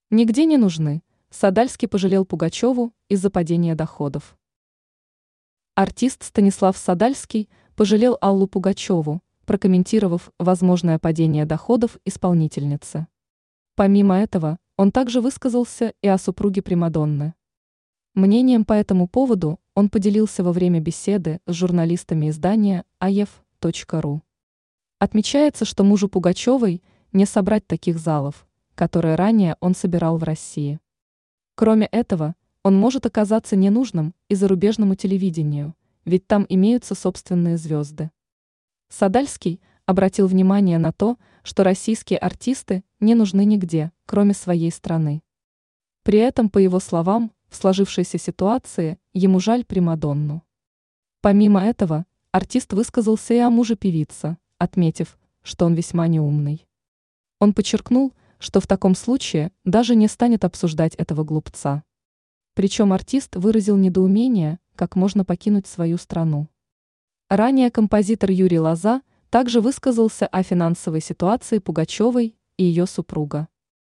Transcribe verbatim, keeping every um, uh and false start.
Нигде не нужны. Садальский пожалел Пугачеву из-за падения доходов. Артист Станислав Садальский пожалел Аллу Пугачеву, прокомментировав возможное падение доходов исполнительницы. Помимо этого, он также высказался и о супруге Примадонны. Мнением по этому поводу он поделился во время беседы с журналистами издания а е эф точка ру. Отмечается, что мужу Пугачевой не собрать таких залов, которые ранее он собирал в России. Кроме этого, он может оказаться ненужным и зарубежному телевидению, ведь там имеются собственные звезды. Садальский обратил внимание на то, что российские артисты не нужны нигде, кроме своей страны. При этом, по его словам, в сложившейся ситуации ему жаль Примадонну. Помимо этого, артист высказался и о муже певицы, отметив, что он весьма неумный. Он подчеркнул, что в таком случае даже не станет обсуждать этого глупца. Причем артист выразил недоумение, как можно покинуть свою страну. Ранее композитор Юрий Лоза также высказался о финансовой ситуации Пугачевой и ее супруга.